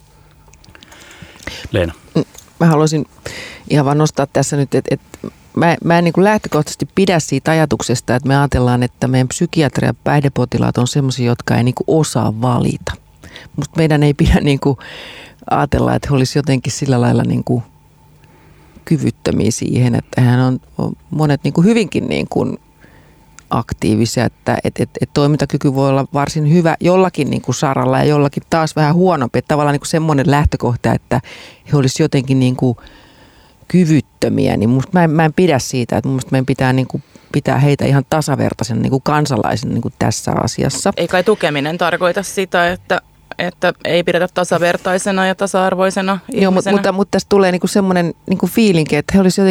S1: Leena.
S4: Mä haluaisin ihan vaan nostaa tässä nyt, että mä en niin kuin lähtökohtaisesti pidä siitä ajatuksesta, että me ajatellaan, että meidän psykiatria- ja päihdepotilaat on sellaisia, jotka ei niin kuin osaa valita. musta meidän ei pidä niin kuin ajatella, että he olisi jotenkin sillä lailla niin kuin kyvyttömiä siihen, että hän on monet niin kuin hyvinkin niin kuin aktiivisia, että toimintakyky voi olla varsin hyvä jollakin niin kuin saralla ja jollakin taas vähän huonompi. Että tavallaan niin kuin semmoinen lähtökohta, että he olisivat jotenkin niin kuin kyvyttömiä, niin mä en pidä siitä, että musta meidän pitää niin kuin pitää heitä ihan tasavertaisen niin kuin kansalaisen niin kuin tässä asiassa.
S2: Ei kai tukeminen tarkoita sitä, että ei pidetä tasavertaisena ja tasa-arvoisena ihmisenä.
S4: Joo, mutta tässä tulee niinku semmoinen niinku fiilinki, että he olisivat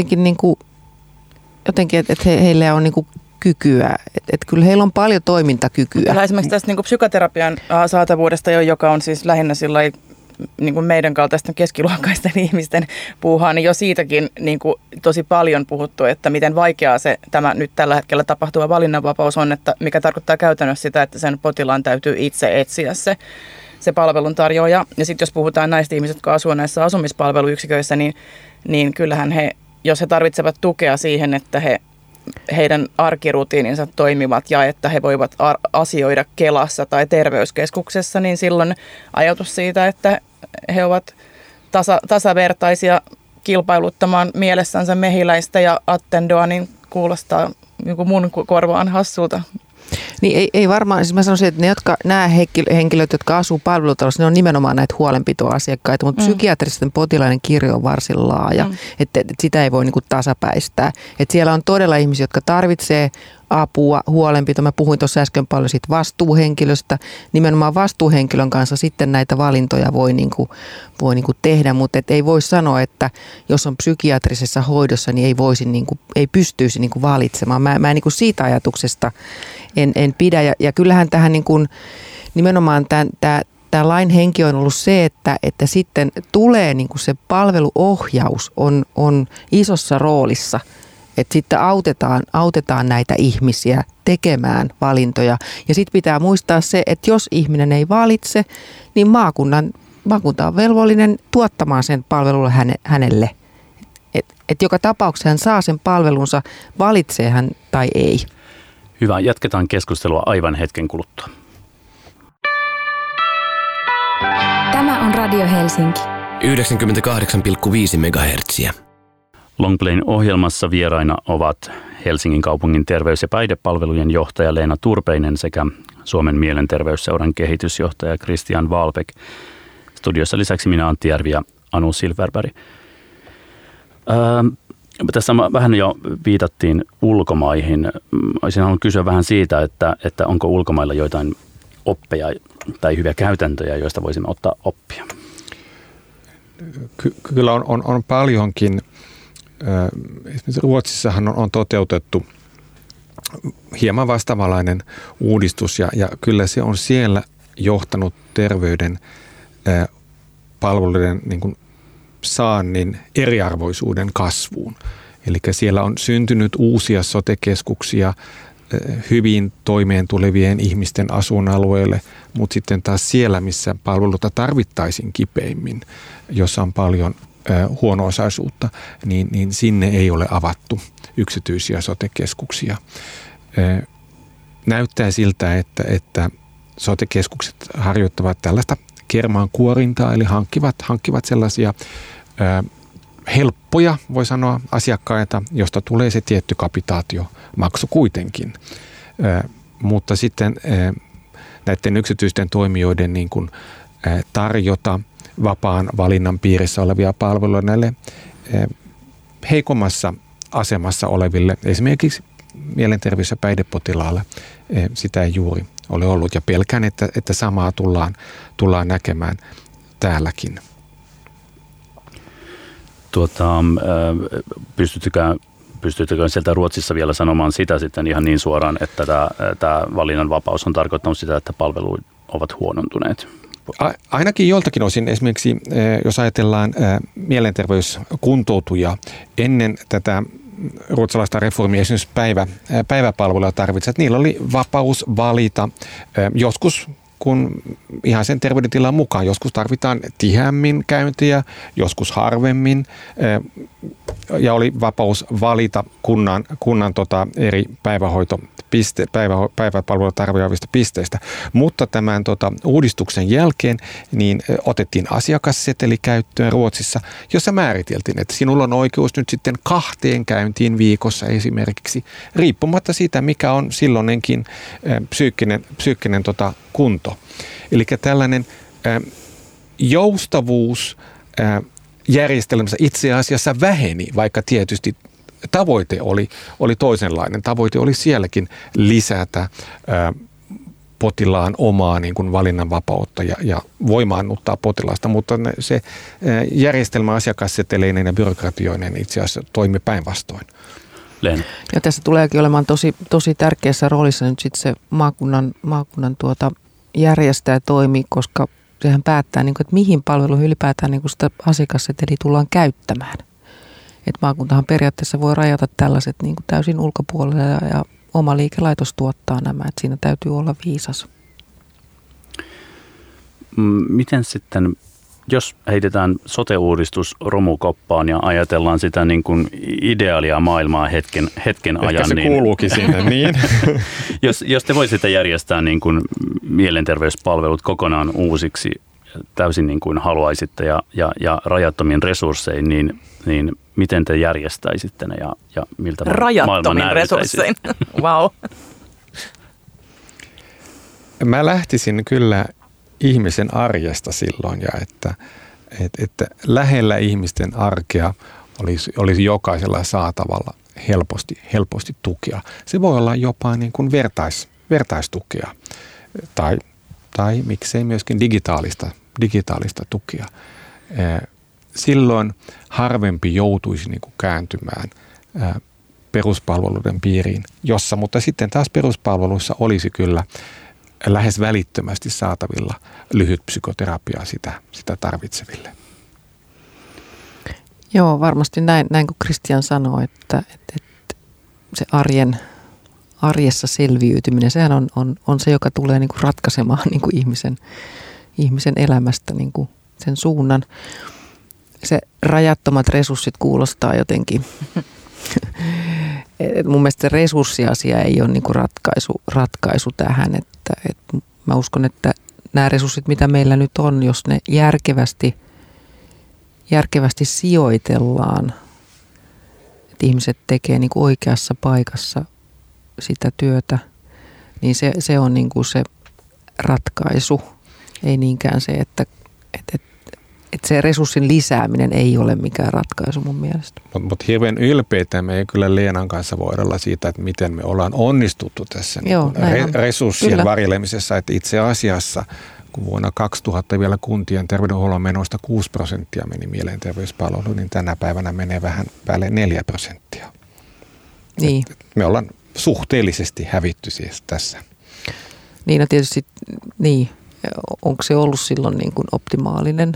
S4: jotenkin että heillä on niinku kykyä. Että kyllä heillä on paljon toimintakykyä.
S2: Kyllä esimerkiksi tästä niinku psykoterapian saatavuudesta, joka on siis lähinnä sillai, niin kuin meidän kaltaisten keskiluokkaisten ihmisten puuhaa, niin jo siitäkin niin kuin tosi paljon puhuttu, että miten vaikeaa tämä nyt tällä hetkellä tapahtuva valinnanvapaus on, että mikä tarkoittaa käytännössä sitä, että sen potilaan täytyy itse etsiä se palveluntarjoaja. Ja sitten jos puhutaan näistä ihmisistä, jotka asuu näissä asumispalveluyksiköissä, niin kyllähän jos he tarvitsevat tukea siihen, että heidän arkirutiininsa toimivat ja että he voivat asioida Kelassa tai terveyskeskuksessa, niin silloin ajatus siitä, että he ovat tasavertaisia kilpailuttamaan mielessänsä Mehiläistä ja Attendoa, niin kuulostaa niin kuin mun korvaan hassulta.
S4: Niin ei varmaan, siis mä sanoisin, että nämä henkilöt, jotka asuu palvelutalossa, ne on nimenomaan näitä huolenpitoasiakkaita, mutta psykiatristen potilaiden kirjo on varsin laaja, että sitä ei voi niin kuin tasapäistää. Että siellä on todella ihmisiä, jotka tarvitsee apua, huolenpitoa. Mä puhuin tuossa äsken paljon siitä vastuuhenkilöstä. Nimenomaan vastuuhenkilön kanssa sitten näitä valintoja voi tehdä, mutta ei voi sanoa, että jos on psykiatrisessa hoidossa, niin ei pystyisi niin kuin valitsemaan. Mä en niin kuin siitä ajatuksesta en pidä. Ja kyllähän tähän niin kuin, nimenomaan tämä lain henki on ollut se, että sitten tulee niin kuin se palveluohjaus on isossa roolissa. Että sitten autetaan näitä ihmisiä tekemään valintoja. Ja sitten pitää muistaa se, että jos ihminen ei valitse, niin maakunta on velvollinen tuottamaan sen palvelulla hänelle. Et joka tapauksessa hän saa sen palvelunsa, valitsee hän tai ei.
S1: Hyvä, jatketaan keskustelua aivan hetken kuluttua.
S5: Tämä on Radio Helsinki.
S6: 98,5 megahertsiä.
S1: Longplayn ohjelmassa vieraina ovat Helsingin kaupungin terveys- ja päihdepalvelujen johtaja Leena Turpeinen sekä Suomen mielenterveysseuran kehitysjohtaja Christian Wahlbeck. Studiossa lisäksi minä Antti Järvi ja Anu Silverberg. Tässä vähän jo viitattiin ulkomaihin. Olisin halunnut kysyä vähän siitä, että onko ulkomailla joitain oppeja tai hyviä käytäntöjä, joista voisimme ottaa oppia?
S3: Kyllä on paljonkin. Esimerkiksi Ruotsissahan on toteutettu hieman vastaavanlainen uudistus ja kyllä se on siellä johtanut terveyden palveluiden niin kuin saannin eriarvoisuuden kasvuun. Eli siellä on syntynyt uusia sote-keskuksia hyvin toimeen tulevien ihmisten asuinalueille, mutta sitten taas siellä, missä palveluita tarvittaisiin kipeimmin, jossa on paljon huono-osaisuutta, niin sinne ei ole avattu yksityisiä sote-keskuksia. Näyttää siltä, että sote-keskukset harjoittavat tällaista kermaankuorintaa, eli hankkivat sellaisia helppoja, voi sanoa, asiakkaita, josta tulee se tietty kapitaatiomaksu kuitenkin. Mutta sitten näiden yksityisten toimijoiden niin kuin tarjota vapaan valinnan piirissä olevia palveluja näille heikommassa asemassa oleville, esimerkiksi mielenterveys- ja päihdepotilaalle, sitä ei juuri ole ollut. Ja pelkään, että samaa tullaan näkemään täälläkin.
S1: Pystyttekö sieltä Ruotsissa vielä sanomaan sitä sitten ihan niin suoraan, että tämä valinnanvapaus on tarkoittanut sitä, että palvelut ovat huonontuneet?
S3: Ainakin joltakin osin. Esimerkiksi jos ajatellaan mielenterveyskuntoutujia ennen tätä ruotsalaista reformia, esimerkiksi päiväpalveluja tarvitset, niillä oli vapaus valita joskus kuin ihan sen terveydentilan mukaan. Joskus tarvitaan tiheämmin käyntiä, joskus harvemmin ja oli vapaus valita kunnan eri päiväpalvelua tarjoavista pisteistä. Mutta tämän uudistuksen jälkeen niin otettiin asiakasseteli käyttöön Ruotsissa, jossa määriteltiin, että sinulla on oikeus nyt sitten 2 käyntiin viikossa esimerkiksi, riippumatta siitä, mikä on silloinenkin psyykkinen kunto. Eli tällainen joustavuus järjestelmässä itse asiassa väheni, vaikka tietysti tavoite oli toisenlainen. Tavoite oli sielläkin lisätä potilaan omaa niin kuin valinnanvapautta ja voimaannuttaa potilaasta, mutta se järjestelmä asiakasseteleinen ja byrokratioinen itse asiassa toimi päinvastoin.
S1: Leena.
S4: Ja tässä tuleekin olemaan tosi tärkeässä roolissa nyt sitten se maakunnan järjestäjä toimi, koska sehän päättää, niin kuin, että mihin palveluihin ylipäätään niin kuin sitä asiakasseteliä tullaan käyttämään. Et maakuntahan periaatteessa voi rajata tällaiset niin kuin täysin ulkopuolelle ja oma liikelaitos tuottaa nämä, että siinä täytyy olla viisas.
S1: Miten sitten, jos heitetään sote-uudistus romukoppaan ja ajatellaan sitä niin kuin ideaalia maailmaa hetken ajan.
S3: Ehkä se kuuluukin sinne, niin.
S1: Jos te voisitte järjestää niin kuin mielenterveyspalvelut kokonaan uusiksi, täysin niin kuin haluaisitte ja rajattomin resurssein, niin miten te järjestäisitte ne ja miltä
S2: rajattomin resurssein, wow.
S3: Mä lähtisin kyllä ihmisen arjesta silloin ja että lähellä ihmisten arkea olisi jokaisella saatavalla helposti tukea. Se voi olla jopa niin kuin vertaistukea tai miksei myöskin digitaalista tukea. Silloin harvempi joutuisi niin kuin kääntymään peruspalveluiden piiriin, mutta sitten taas peruspalveluissa olisi kyllä lähes välittömästi saatavilla lyhyt psykoterapiaa sitä tarvitseville.
S4: Joo, varmasti näin kuin Kristian sanoi, että se arjessa selviytyminen, sehän on se, joka tulee niin kuin ratkaisemaan niin kuin ihmisen elämästä niin kuin sen suunnan. Se rajattomat resurssit kuulostaa jotenkin. Mun mielestä se resurssiasia ei ole niin kuin ratkaisu tähän. Että mä uskon, että nämä resurssit, mitä meillä nyt on, jos ne järkevästi sijoitellaan, että ihmiset tekee niin kuin oikeassa paikassa sitä työtä, niin se on niin kuin se ratkaisu. Ei niinkään se, että se resurssin lisääminen ei ole mikään ratkaisu mun mielestä. Mutta
S3: hirveän ylpeitä me ei kyllä Leenan kanssa voida olla siitä, että miten me ollaan onnistuttu tässä resurssien varjelemisessa. Että itse asiassa, kun vuonna 2000 vielä kuntien terveydenhuollon menoista 6% meni mielenterveyspalveluun, niin tänä päivänä menee vähän päälle 4%.
S4: Niin.
S3: Me ollaan suhteellisesti hävitty siis tässä.
S4: Niin, no tietysti, niin. Onko se ollut silloin niin kuin optimaalinen?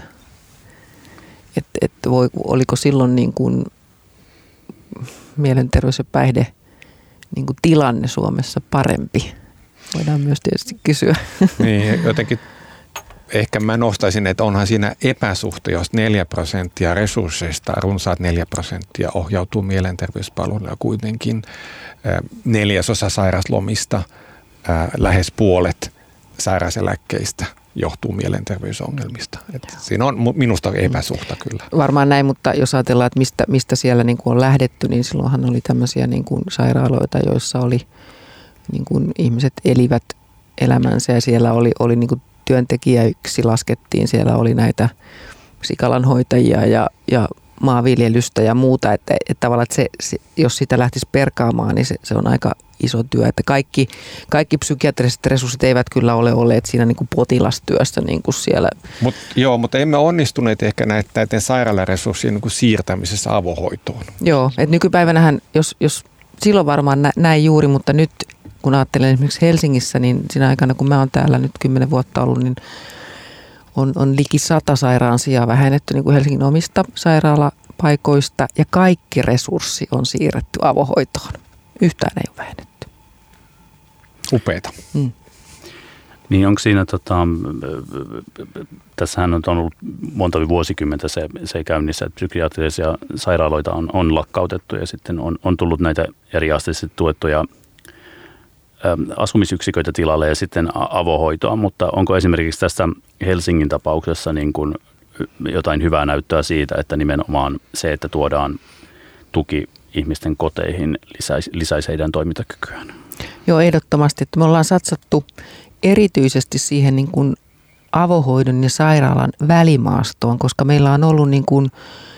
S4: Oliko silloin niin kuin mielenterveys- ja päihde niin kuin tilanne Suomessa parempi? Voidaan myös tietysti kysyä.
S3: Niin, jotenkin ehkä mä nostaisin, että onhan siinä epäsuhta, jos 4% resursseista, runsaat 4% ohjautuu mielenterveyspalveluille ja kuitenkin 1/4 sairaslomista, lähes puolet sairauseläkkeistä johtuu mielenterveysongelmista. Siinä on minusta epäsuhta kyllä.
S4: Varmaan näin, mutta jos ajatellaan, että mistä siellä niin kuin on lähdetty, niin silloinhan oli tämmöisiä niin kuin sairaaloita, joissa oli niin kuin ihmiset elivät elämänsä ja siellä oli niin kuin työntekijäyksi laskettiin. Siellä oli näitä sikalanhoitajia ja maanviljelystä ja muuta, että tavallaan että se, jos sitä lähtisi perkaamaan, niin se on aika iso työ, että kaikki psykiatriset resurssit eivät kyllä ole olleet siinä niin kuin potilastyössä niin kuin siellä.
S3: Mutta emme onnistuneet ehkä näiden sairaalaresurssien niin kuin siirtämisessä avohoitoon.
S4: Joo, että nykypäivänähän, jos silloin varmaan näin juuri, mutta nyt kun ajattelen esimerkiksi Helsingissä, niin siinä aikana kun mä oon täällä nyt 10 vuotta ollut, niin on liki 100 sairaansijaa vähennetty niin kuin Helsingin omista sairaalapaikoista ja kaikki resurssi on siirretty avohoitoon. Yhtään ei ole vähennetty.
S3: Upeeta.
S1: Niin onko siinä, tässähän on ollut monta vuosikymmentä se käynnissä, että psykiatrisia sairaaloita on lakkautettu ja sitten on tullut näitä eriasteisesti tuettuja asumisyksiköitä tilalle ja sitten avohoitoa, mutta onko esimerkiksi tästä Helsingin tapauksessa niin kuin jotain hyvää näyttöä siitä, että nimenomaan se, että tuodaan tuki ihmisten koteihin lisäisi heidän toimintakykyään?
S4: Joo, ehdottomasti. Että me ollaan satsattu erityisesti siihen niin kuin avohoidon ja sairaalan välimaastoon, koska meillä on ollut niin kuin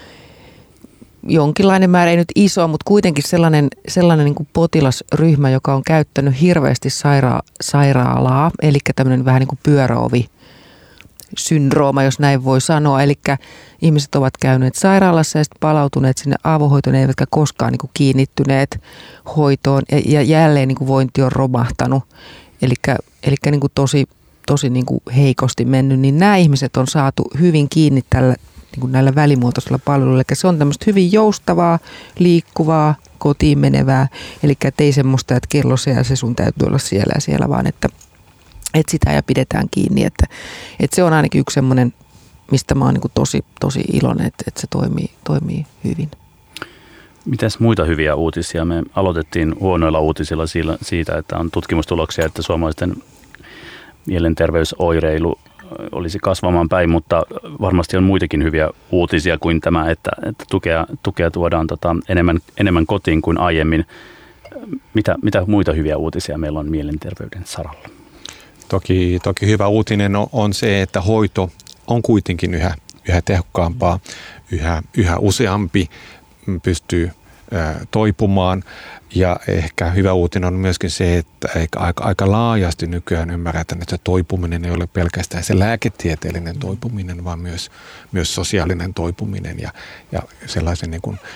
S4: jonkinlainen määrä, ei nyt iso, mutta kuitenkin sellainen niin kuin potilasryhmä, joka on käyttänyt hirveästi sairaalaa, eli tämmöinen vähän niin kuin pyöräovi-syndrooma, jos näin voi sanoa. Eli ihmiset ovat käyneet sairaalassa ja sitten palautuneet sinne avohoitoon, eivätkä koskaan niin kuin kiinnittyneet hoitoon ja jälleen niin kuin vointi on romahtanut. Eli niin kuin tosi niin kuin heikosti mennyt, niin nämä ihmiset on saatu hyvin kiinni tällä niin kuin näillä välimuotoisilla palveluilla. Eli se on tämmöistä hyvin joustavaa, liikkuvaa, kotiin menevää. Eli ei semmoista, että kello se sun täytyy olla siellä ja siellä, vaan että sitä ja pidetään kiinni. Että se on ainakin yksi semmoinen, mistä mä oon niin kuin tosi iloinen, että se toimii hyvin.
S1: Mitäs muita hyviä uutisia? Me aloitettiin huonoilla uutisilla siitä, että on tutkimustuloksia, että suomalaisten mielenterveysoireilu olisi kasvamaan päin, mutta varmasti on muitakin hyviä uutisia kuin tämä, että tukea tuodaan enemmän kotiin kuin aiemmin. Mitä muita hyviä uutisia meillä on mielenterveyden saralla?
S3: Toki hyvä uutinen on se, että hoito on kuitenkin yhä tehokkaampaa, yhä useampi pystyy toipumaan. Ja ehkä hyvä uutinen on myöskin se, että aika laajasti nykyään ymmärretään, että toipuminen ei ole pelkästään se lääketieteellinen toipuminen, vaan myös sosiaalinen toipuminen ja sellaisen niin kuin,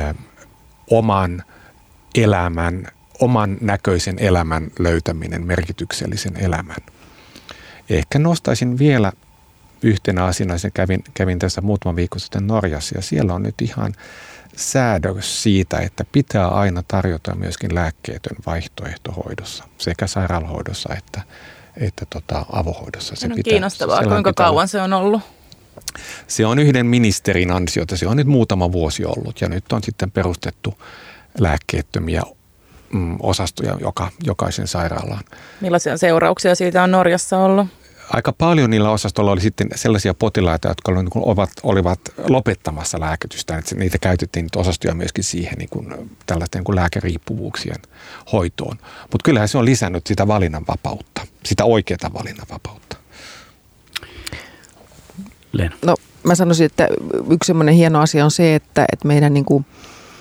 S3: oman näköisen elämän löytäminen, merkityksellisen elämän. Ehkä nostaisin vielä yhtenä asiana, kävin tässä muutama viikko sitten Norjassa ja siellä on nyt ihan säädös siitä, että pitää aina tarjota myöskin lääkkeetön vaihtoehto hoidossa, sekä sairaalahoidossa että avohoidossa.
S2: Se on kiinnostavaa, kuinka kauan se on ollut?
S3: Se on yhden ministerin ansiota, se on nyt muutama vuosi ollut ja nyt on sitten perustettu lääkkeettömiä osastoja jokaisen sairaalaan. Millaisia
S2: seurauksia siitä on Norjassa ollut?
S3: Aika paljon niillä osastolla oli sitten sellaisia potilaita, jotka olivat lopettamassa lääkitystä. Että niitä käytettiin nyt osastoja myöskin siihen niin kuin tällaisten kuin lääkeriippuvuuksien hoitoon. Mutta kyllähän se on lisännyt sitä valinnanvapautta, sitä oikeaa valinnanvapautta.
S1: Leena.
S4: No mä sanoisin, että yksi semmoinen hieno asia on se, että meidän niin kuin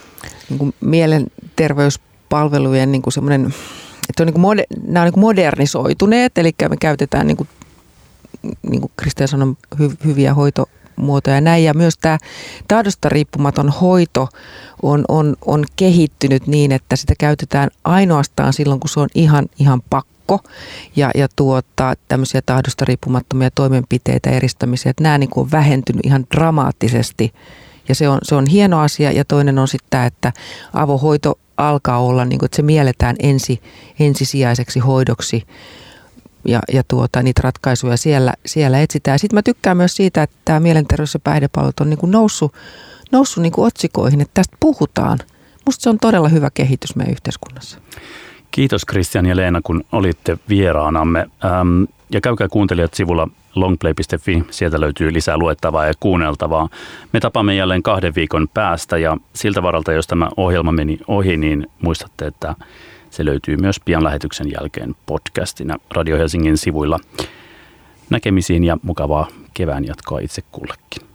S4: mielenterveyspalvelujen niin kuin semmoinen, että nämä on niin kuin modernisoituneet, eli me käytetään niin kuin Kristian sanoi, hyviä hoitomuotoja ja näin. Ja myös tämä tahdosta riippumaton hoito on kehittynyt niin, että sitä käytetään ainoastaan silloin, kun se on ihan pakko. Ja tämmöisiä tahdosta riippumattomia toimenpiteitä, eristämisiä, että nämä niin kuin on vähentynyt ihan dramaattisesti. Ja se on hieno asia. Ja toinen on sitten tämä, että avohoito alkaa olla, niin kuin, että se mielletään ensisijaiseksi hoidoksi. Ja niitä ratkaisuja siellä etsitään. Sitten mä tykkään myös siitä, että tämä mielenterveys- ja päihdepalvelut on niin kuin noussut niin kuin otsikoihin, että tästä puhutaan. Musta se on todella hyvä kehitys meidän yhteiskunnassa.
S1: Kiitos Kristian ja Leena, kun olitte vieraanamme. Ja käykää kuuntelijat sivulla longplay.fi, sieltä löytyy lisää luettavaa ja kuunneltavaa. Me tapaamme jälleen 2 viikon päästä ja siltä varalta, jos tämä ohjelma meni ohi, niin muistatte, että se löytyy myös pian lähetyksen jälkeen podcastina Radio Helsingin sivuilla. Näkemisiin ja mukavaa kevään jatkoa itse kullekin.